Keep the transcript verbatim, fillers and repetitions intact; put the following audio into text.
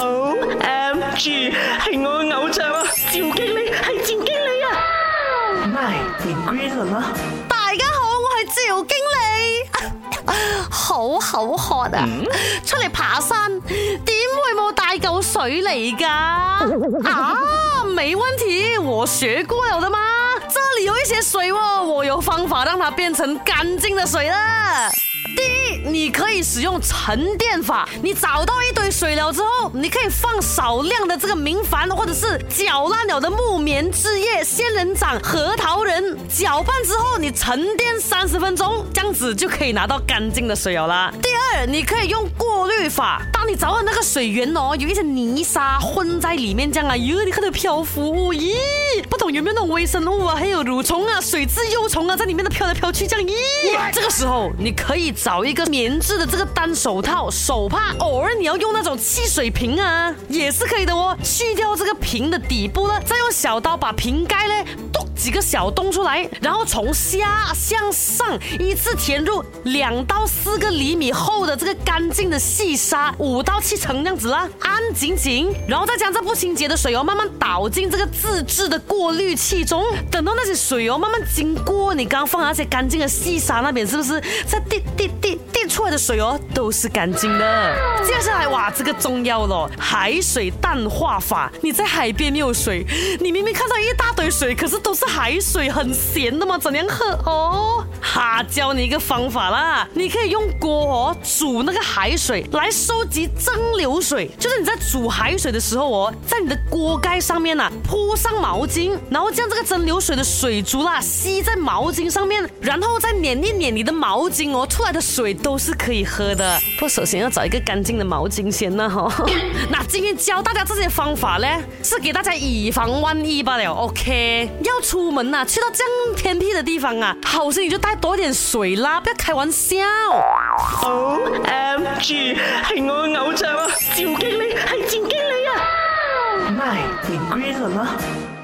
O M G， 係我嘅偶像啊！趙經理係趙經理啊！咪你 green 了嗎？ 大家好，我係趙經理，好口渴啊！嗯、出嚟爬山，點會冇帶嚿水嚟㗎？啊，沒問題，我學過了的嗎？這裡有一些水哦，我有方法讓它變成乾淨的水啦。第一，你可以使用沉澱法。你找到一堆水了之後，你可以放少量的這個明矾，或者是攪爛了的木棉枝葉、仙人掌、核桃仁，攪拌之後你沉澱三十分鐘，這樣子就可以拿到乾淨的水了啦。第二，你可以用過濾法。當你找到那個水源哦，有一些泥沙混在裡面，這樣啊，喲，你看到漂浮，咦，不懂有沒有那種微生物啊，還有蠕蟲啊、水蛭幼蟲啊，在裡面的飄來飄去，這樣，咦，這個時候你可以找一個棉質的這個單手套、手帕，偶爾你要用那種汽水瓶啊，也是可以的哦。去掉這個瓶的底部呢，再用小刀把瓶蓋呢篤幾個小洞出來，然後從下向上依次填入兩到四個厘米厚的這個乾淨的細沙，五到七層這樣子啦，按緊緊，然後再將這不清潔的水哦慢慢倒進這個自製的過濾器中，等到那些水哦慢慢經過你剛剛放那些乾淨的細沙那邊，是不是再滴滴滴滴出來的水哦都是乾淨的？接下來哇，這個重要了，海水淡化法。你在海邊沒有水，你明明看到一大堆水，可是都是海水，很鹹的嘛，怎樣喝哦？哈，教你一個方法啦，你可以用鍋哦煮那個海水來收集蒸餾水，就是你在煮海水的時候哦，在你的鍋蓋上面啊鋪上毛巾，然後將這個蒸餾水的水珠啦吸在毛巾上面，然後再捻一捻你的毛巾哦，出來的水都是可以喝的。不過首先要找一個乾淨的毛巾先啦哈。那今天教大家這些方法呢，是給大家以防萬一罷了。OK， 要出門啊，去到這樣偏僻的地方啊，好心你就帶多點水啦，不要開玩笑。 O M G， 係我嘅偶像啊！趙經理係趙經理啊！咪你 green 了嗎？